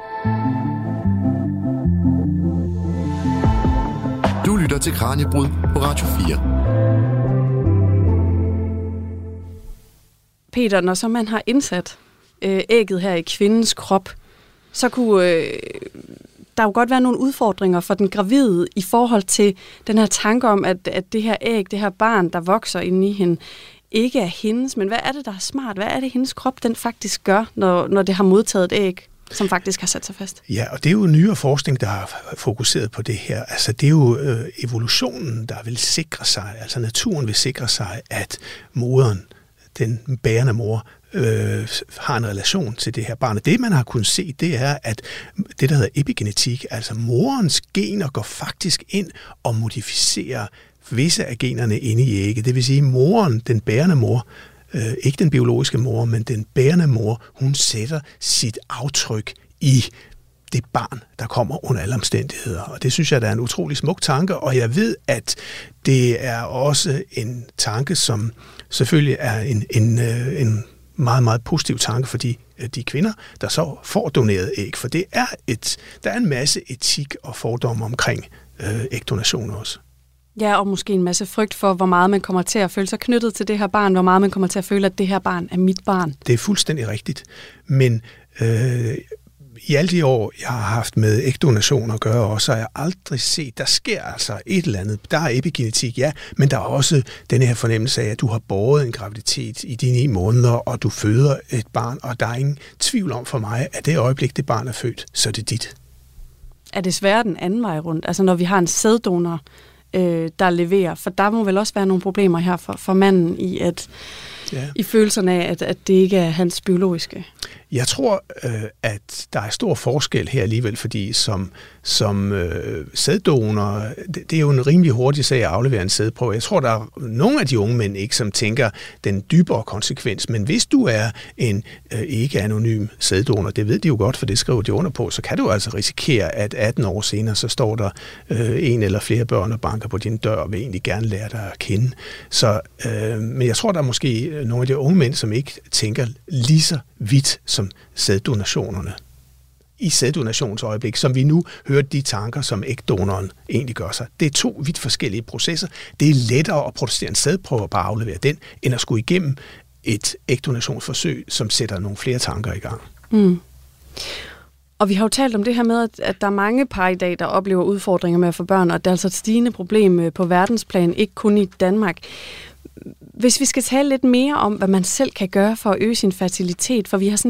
Du lytter til Kraniebrud på Radio 4. Peter, når så man har indsat ægget her i kvindens krop, så kunne der jo godt være nogle udfordringer for den gravide i forhold til den her tanke om, at det her æg, det her barn, der vokser inde i hende, ikke er hendes, men hvad er det, der er smart? Hvad er det, hendes krop den faktisk gør, når det har modtaget et æg, som faktisk har sat sig fast? Ja, og det er jo nyere forskning, der har fokuseret på det her. Altså, det er jo evolutionen, der vil sikre sig, altså naturen vil sikre sig, at moderen, den bærende mor, har en relation til det her barn. Det, man har kunnet se, det er, at det, der hedder epigenetik, altså morens gener går faktisk ind og modificerer visse af generne inde i ægget. Det vil sige, moren, den bærende mor, ikke den biologiske mor, men den bærende mor, hun sætter sit aftryk i det barn, der kommer under alle omstændigheder. Og det synes jeg, der er en utrolig smuk tanke, og jeg ved, at det er også en tanke, som selvfølgelig er en meget, meget positiv tanke for de kvinder, der så får doneret æg. For det er der er en masse etik og fordomme omkring ægdonation også. Ja, og måske en masse frygt for, hvor meget man kommer til at føle sig knyttet til det her barn, hvor meget man kommer til at føle, at det her barn er mit barn. Det er fuldstændig rigtigt. Men i alle de år, jeg har haft med ægdonation at gøre også, så har jeg aldrig set, der sker altså et eller andet. Der er epigenetik, ja, men der er også den her fornemmelse af, at du har båret en graviditet i de 9 måneder, og du føder et barn, og der er ingen tvivl om for mig, at det øjeblik, det barn er født, så er det dit. Er det svært den anden vej rundt? Altså når vi har en sæddonor, der leverer, for der må vel også være nogle problemer her for manden i følelserne af, at det ikke er hans biologiske. Jeg tror, at der er stor forskel her alligevel, fordi som sæddonor, det er jo en rimelig hurtig sag at aflevere en sædprøve. Jeg tror, der er nogle af de unge mænd ikke, som tænker den dybere konsekvens, men hvis du er en ikke-anonym sæddonor, det ved de jo godt, for det skriver de under på, så kan du altså risikere, at 18 år senere, så står der en eller flere børn og banker på din dør og vil egentlig gerne lære dig at kende. Så, men jeg tror, der er måske nogle af de unge mænd, som ikke tænker lige så vidt som sæddonationerne i sæddonationsøjeblik, som vi nu hører de tanker, som ægdonoren egentlig gør sig. Det er 2 vidt forskellige processer. Det er lettere at producere en sædprøve og bare aflevere den, end at skulle igennem et ægdonationsforsøg, som sætter nogle flere tanker i gang. Mm. Og vi har jo talt om det her med, at der er mange par i dag, der oplever udfordringer med at få børn, og det er altså et stigende problem på verdensplan, ikke kun i Danmark. Hvis vi skal tale lidt mere om, hvad man selv kan gøre for at øge sin fertilitet, for vi har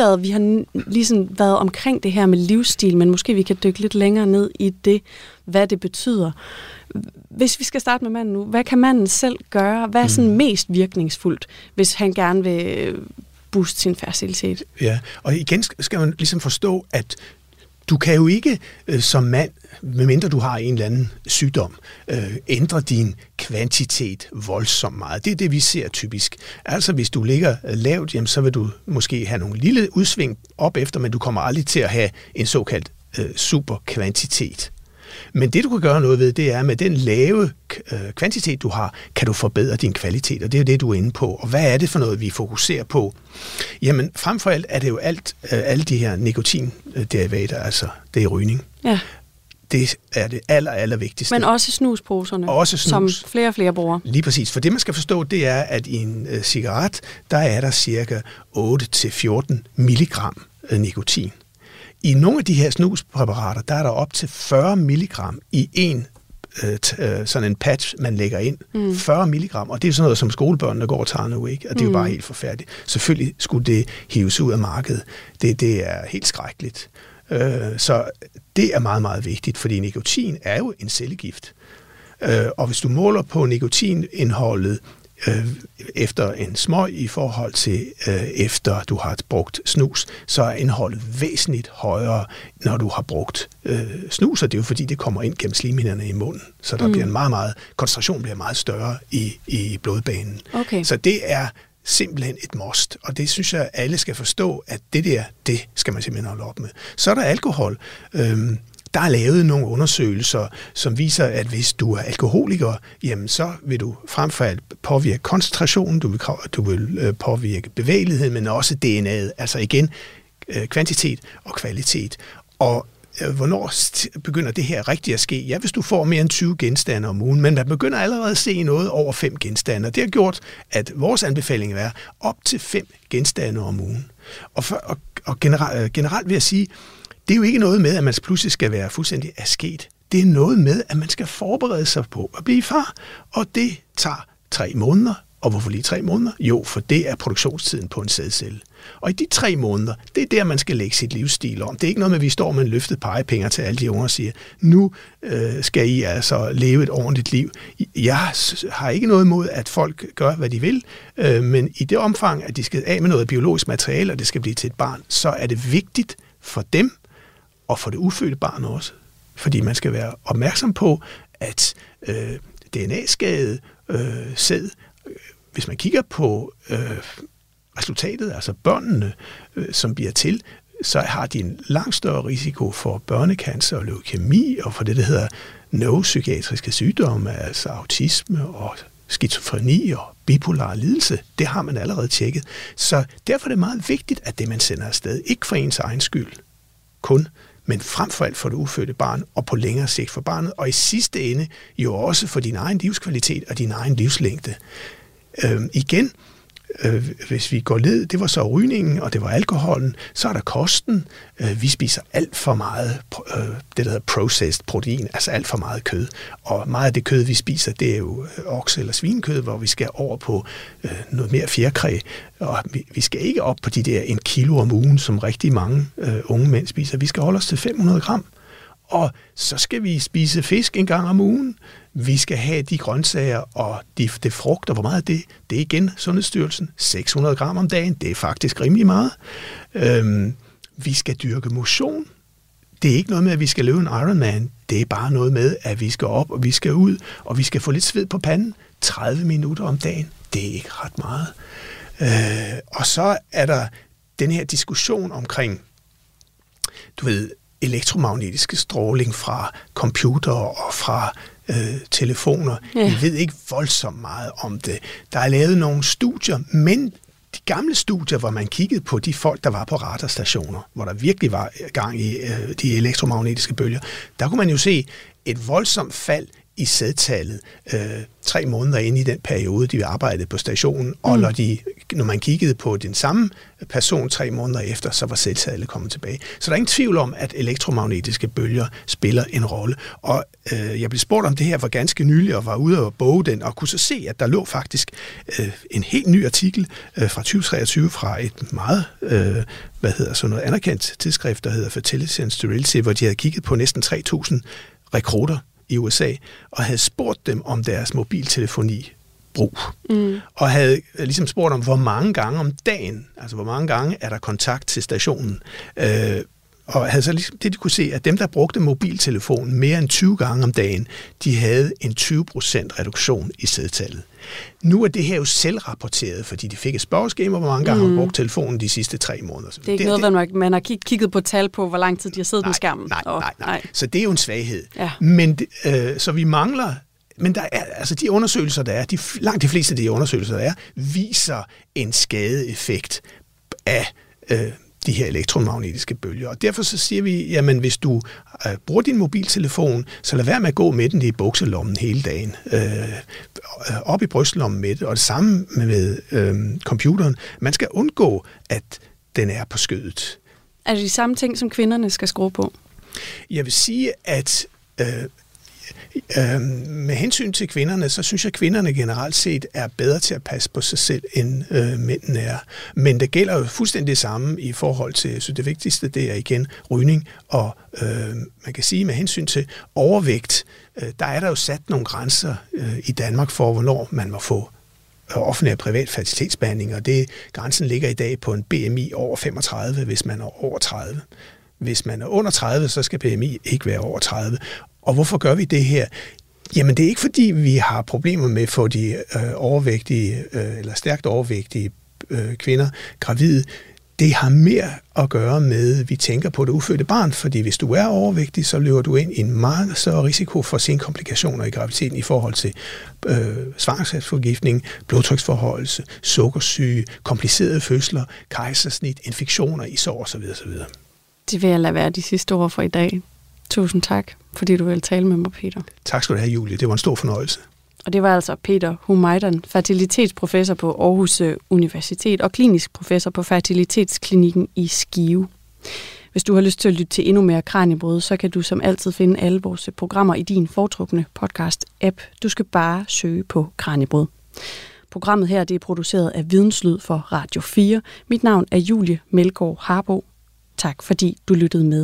været omkring det her med livsstil, men måske vi kan dykke lidt længere ned i det, hvad det betyder. Hvis vi skal starte med manden nu, hvad kan manden selv gøre? Hvad er sådan mest virkningsfuldt, hvis han gerne vil booste sin fertilitet? Ja, og igen skal man ligesom forstå, at du kan jo ikke som mand, medmindre du har en eller anden sygdom, ændre din kvantitet voldsomt meget. Det er det, vi ser typisk. Altså, hvis du ligger lavt, jamen, så vil du måske have nogle lille udsving op efter, men du kommer aldrig til at have en såkaldt superkvantitet. Men det, du kan gøre noget ved, det er, med den lave kvantitet, du har, kan du forbedre din kvalitet, og det er det, du er inde på. Og hvad er det for noget, vi fokuserer på? Jamen, frem for alt er det jo alle de her nikotinderivater, altså det er rygning. Ja. Det er det aller vigtigste. Men også snusposerne, også snus. Som flere og flere bruger. Lige præcis. For det, man skal forstå, det er, at i en cigaret, der er der cirka 8-14 milligram nikotin. I nogle af de her snuspræparater, der er der op til 40 milligram i sådan en patch, man lægger ind. 40 milligram, og det er sådan noget, som skolebørnene går og tager nu, ikke? Og det er jo bare helt forfærdeligt. Selvfølgelig skulle det hives ud af markedet. Det er helt skrækkeligt. Så det er meget, meget vigtigt, fordi nikotin er jo en cellegift. Og hvis du måler på nikotinindholdet efter en smøg i forhold til efter du har brugt snus, så er indholdet væsentligt højere, når du har brugt snus, og det er jo fordi, det kommer ind gennem slimhinderne i munden. Så der bliver koncentrationen bliver meget større i blodbanen. Okay. Så det er simpelthen et must, og det synes jeg, alle skal forstå, at det skal man simpelthen holde op med. Så er der alkohol. Der er lavet nogle undersøgelser, som viser, at hvis du er alkoholiker, jamen så vil du frem for alt påvirke koncentrationen, du vil påvirke bevægeligheden, men også DNA'et. Altså igen, kvantitet og kvalitet. Og hvornår begynder det her rigtigt at ske? Ja, hvis du får mere end 20 genstande om ugen, men man begynder allerede at se noget over 5 genstande. Det har gjort, at vores anbefaling er op til 5 genstande om ugen. Og generelt vil jeg sige, det er jo ikke noget med, at man pludselig skal være fuldstændig asket. Det er noget med, at man skal forberede sig på at blive far, og det tager 3 måneder. Og hvorfor lige 3 måneder? Jo, for det er produktionstiden på en sædcelle. Og i de 3 måneder, det er der, man skal lægge sit livsstil om. Det er ikke noget med, at vi står med en løftet pegefinger til alle de unge og siger, nu skal I altså leve et ordentligt liv. Jeg har ikke noget imod, at folk gør, hvad de vil, men i det omfang, at de skal af med noget biologisk materiale, og det skal blive til et barn, så er det vigtigt for dem, og for det ufødte barn også. Fordi man skal være opmærksom på, at DNA-skadet sæd, hvis man kigger på resultatet, altså børnene, som bliver til, så har de en langt større risiko for børnecancer og leukemi, og for det, der hedder neuropsykiatriske sygdomme, altså autisme og skizofreni og bipolar lidelse. Det har man allerede tjekket. Så derfor er det meget vigtigt, at det, man sender afsted, ikke for ens egen skyld kun, men frem for alt for det ufødte barn, og på længere sigt for barnet, og i sidste ende jo også for din egen livskvalitet og din egen livslængde. Igen, hvis vi går ned, det var så rygningen, og det var alkoholen, så er der kosten. Vi spiser alt for meget, det der hedder processed protein, altså alt for meget kød. Og meget af det kød, vi spiser, det er jo okse- eller svinekød, hvor vi skal over på noget mere fjerkræ. Og vi skal ikke op på de der 1 kilo om ugen, som rigtig mange unge mænd spiser. Vi skal holde os til 500 gram. Og så skal vi spise fisk en gang om ugen. Vi skal have de grøntsager og det frugter. Hvor meget er det? Det er igen Sundhedsstyrelsen. 600 gram om dagen. Det er faktisk rimelig meget. Vi skal dyrke motion. Det er ikke noget med, at vi skal løbe en Ironman. Det er bare noget med, at vi skal op, og vi skal ud, og vi skal få lidt sved på panden. 30 minutter om dagen. Det er ikke ret meget. Og så er der den her diskussion omkring, du ved, elektromagnetisk stråling fra computer og fra telefoner. Ja. Vi ved ikke voldsomt meget om det. Der er lavet nogle studier, men de gamle studier, hvor man kiggede på de folk, der var på radarstationer, hvor der virkelig var gang i de elektromagnetiske bølger, der kunne man jo se et voldsomt fald i sædtallet 3 måneder inde i den periode, de arbejdede på stationen, og når man kiggede på den samme person 3 måneder efter, så var sædtallet kommet tilbage. Så der er ingen tvivl om, at elektromagnetiske bølger spiller en rolle. Og jeg blev spurgt om det her for ganske nylig, og var ude og boge den, og kunne så se, at der lå faktisk en helt ny artikel fra 2023 fra et meget noget anerkendt tidsskrift, der hedder Fertility and Sterility, hvor de havde kigget på næsten 3.000 rekrutter i USA, og havde spurgt dem om deres mobiltelefoni-brug. Og havde ligesom spurgt om, hvor mange gange om dagen, altså hvor mange gange er der kontakt til stationen. og havde så ligesom det, de kunne se, at dem, der brugte mobiltelefonen mere end 20 gange om dagen, de havde en 20% reduktion i sædtallet. Nu er det her jo selvrapporteret, fordi de fik et spørgeskema, hvor mange gange har brugt telefonen de sidste 3 måneder. Det er ikke noget, man har kigget på tal på, hvor lang tid de har siddet med skærmen. Nej. Så det er jo en svaghed. Ja. Men så vi mangler. Men der er, altså de undersøgelser, der er, langt de fleste af de undersøgelser, der er, viser en skadeeffekt af de her elektromagnetiske bølger. Og derfor så siger vi, jamen hvis du bruger din mobiltelefon, så lad være med at gå med den i bukselommen hele dagen. Op i brystlommen med det, og det samme med computeren. Man skal undgå, at den er på skødet. Er det de samme ting, som kvinderne skal skrue på? Jeg vil sige, at med hensyn til kvinderne, så synes jeg, at kvinderne generelt set er bedre til at passe på sig selv, end mændene er. Men det gælder jo fuldstændig det samme i forhold til, så det vigtigste, det er igen rygning, og man kan sige med hensyn til overvægt, der er der jo sat nogle grænser i Danmark for, hvornår man må få offentlig og privat fertilitetsbehandling, og grænsen ligger i dag på en BMI over 35, hvis man er over 30. Hvis man er under 30, så skal BMI ikke være over 30. Og hvorfor gør vi det her? Jamen det er ikke fordi, vi har problemer med at få de overvægtige eller stærkt overvægtige kvinder gravide. Det har mere at gøre med, at vi tænker på det ufødte barn, fordi hvis du er overvægtig, så løber du ind i en meget større risiko for senkomplikationer i graviditeten i forhold til svangerskabsforgiftning, blodtryksforhøjelse, sukkersyge, komplicerede fødsler, kejsersnit, infektioner i sår osv. osv. Det vil jeg lade være de sidste ord for i dag. Tusind tak, fordi du ville tale med mig, Peter. Tak skal du have, Julie. Det var en stor fornøjelse. Og det var altså Peter Humaydan, fertilitetsprofessor på Aarhus Universitet og klinisk professor på fertilitetsklinikken i Skive. Hvis du har lyst til at lytte til endnu mere Kraniebrud, så kan du som altid finde alle vores programmer i din foretrukne podcast-app. Du skal bare søge på Kraniebrud. Programmet her det er produceret af Videnslyd for Radio 4. Mit navn er Julie Melgaard Harbo. Tak fordi du lyttede med.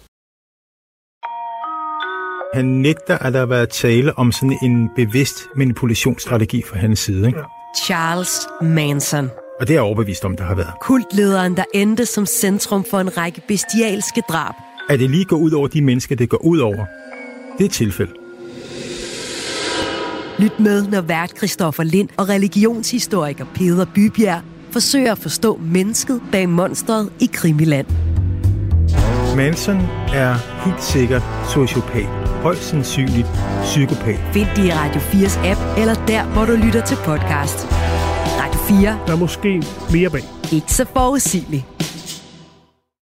Han nægter, at der har været tale om sådan en bevidst manipulationsstrategi fra hans side. Ikke? Charles Manson. Og det er jeg overbevist om, der har været. Kultlederen, der endte som centrum for en række bestialske drab. At det lige går ud over de mennesker, det går ud over, det er et tilfælde. Lyt med, når vært Christoffer Lind og religionshistoriker Peder Bybjerg forsøger at forstå mennesket bag monstret i Krimiland. Manson er helt sikkert sociopat. Højst sandsynligt psykopat. Find det i Radio 4's app, eller der, hvor du lytter til podcast. Radio 4. Der er måske mere bag. Ikke så forudsigeligt.